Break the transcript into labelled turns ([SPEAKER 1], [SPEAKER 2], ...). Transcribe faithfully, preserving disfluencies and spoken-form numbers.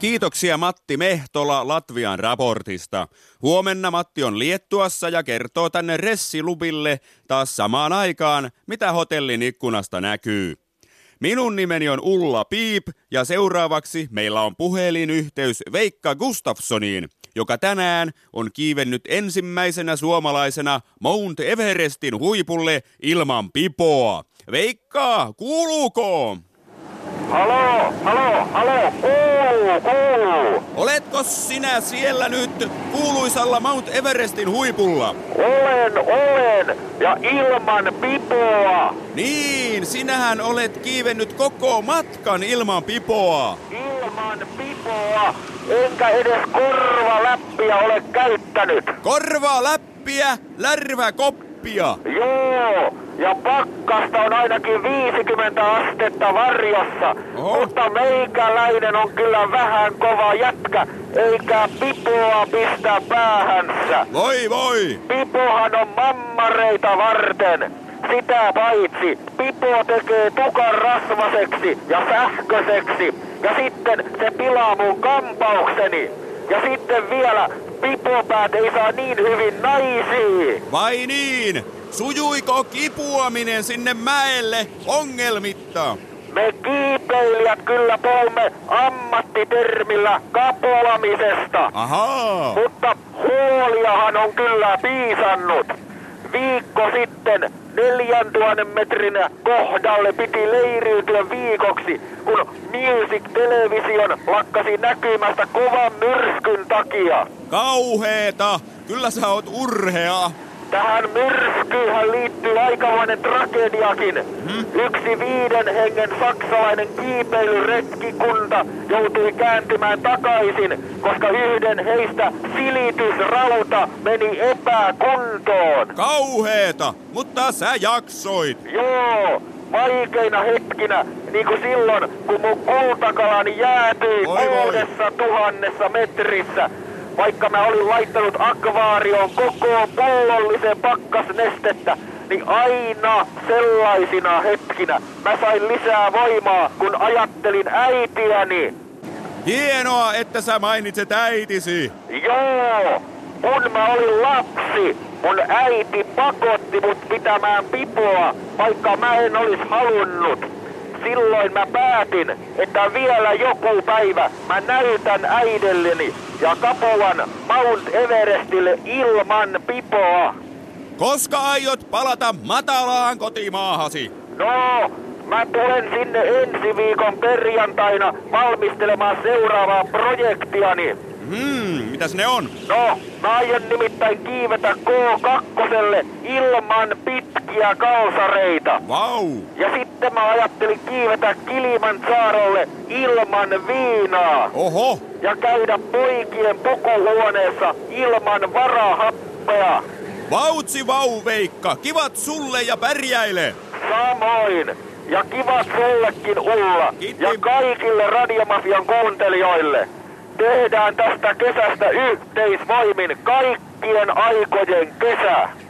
[SPEAKER 1] Kiitoksia Matti Mehtola Latvian raportista. Huomenna Matti on Liettuassa ja kertoo tänne Ressilubille taas samaan aikaan, mitä hotellin ikkunasta näkyy. Minun nimeni on Ulla Piip ja seuraavaksi meillä on puhelinyhteys Veikka Gustafssoniin, joka tänään on kiivennyt ensimmäisenä suomalaisena Mount Everestin huipulle ilman pipoa. Veikka, kuuluuko?
[SPEAKER 2] Haloo, haloo, haloo, kuuluu, kuuluu.
[SPEAKER 1] Oletko sinä siellä nyt kuuluisalla Mount Everestin huipulla?
[SPEAKER 2] Olen, olen, ja ilman pipoa.
[SPEAKER 1] Niin, sinähän olet kiivennyt koko matkan ilman pipoa.
[SPEAKER 2] Ilman pipoa, enkä edes korvaläppiä ole käyttänyt.
[SPEAKER 1] Korvaa läppiä, lärvä koppia.
[SPEAKER 2] Joo, ja pakkasta on ainakin viisikymmentä astetta varjossa.
[SPEAKER 1] Oho.
[SPEAKER 2] Mutta meikäläinen on kyllä vähän kova jätkä, eikä pipoa pistä päähänsä.
[SPEAKER 1] Voi voi.
[SPEAKER 2] Pipohan on mammareita varten. Sitä paitsi, pipo tekee tukan rasvaseksi ja sähköiseksi. Ja sitten se pilaa mun kampaukseni. Ja sitten vielä, pipopäät ei saa niin hyvin naisia.
[SPEAKER 1] Vai niin? Sujuiko kipuaminen sinne mäelle ongelmitta?
[SPEAKER 2] Me kiipeilijät kyllä puhumme ammattitermillä kapuamisesta.
[SPEAKER 1] Ahaa.
[SPEAKER 2] Mutta huoliahan on kyllä piisannut. Viikko sitten neljän tuhannen metrin kohdalle piti leiriytyä viikoksi, kun Music Television lakkasi näkymästä kovan myrskyn takia.
[SPEAKER 1] Kauheeta. Kyllä sä oot urhea.
[SPEAKER 2] Tähän myrskyyhän liittyy aikamoinen tragediakin.
[SPEAKER 1] Hmm?
[SPEAKER 2] Yksi viiden hengen saksalainen kiipeilyretkikunta joutui kääntymään takaisin, koska yhden heistä silitysrauta meni epäkuntoon.
[SPEAKER 1] Kauheeta, mutta sä jaksoit.
[SPEAKER 2] Joo, vaikeina hetkinä, niin kuin silloin, kun mun kultakalani jäätyi
[SPEAKER 1] Oi, voi.
[SPEAKER 2] kuudessa tuhannessa metrissä. Vaikka mä olin laittanut akvaarioon koko pullollisen pakkasnestettä, niin aina sellaisina hetkinä mä sain lisää voimaa, kun ajattelin äitiäni.
[SPEAKER 1] Hienoa, että sä mainitset äitisi.
[SPEAKER 2] Joo, kun mä olin lapsi, mun äiti pakotti mut pitämään pipoa, vaikka mä en olis halunnut. Silloin mä päätin, että vielä joku päivä mä näytän äidelleni ja kapuan Mount Everestille ilman pipoa.
[SPEAKER 1] Koska aiot palata matalaan kotimaahasi?
[SPEAKER 2] No, mä tulen sinne ensi viikon perjantaina valmistelemaan seuraavaa projektiani.
[SPEAKER 1] Hmm, mitäs ne on?
[SPEAKER 2] No, mä aion nimittäin kiivetä K kaksi ilman pitkiä kalsareita.
[SPEAKER 1] Vau.
[SPEAKER 2] Ja sitten mä ajattelin kiivetä Kilimanjarolle ilman viinaa.
[SPEAKER 1] Oho.
[SPEAKER 2] Ja käydä poikien pukuhuoneessa ilman varahappea.
[SPEAKER 1] Vautsi vau, Veikka. Kivat sulle ja pärjäile.
[SPEAKER 2] Samoin. Ja kivat sullekin, Ulla.
[SPEAKER 1] Kiitti.
[SPEAKER 2] Ja kaikille Radiomafian kuuntelijoille. Tehdään tästä kesästä yhteisvoimin kaikkien aikojen kesä.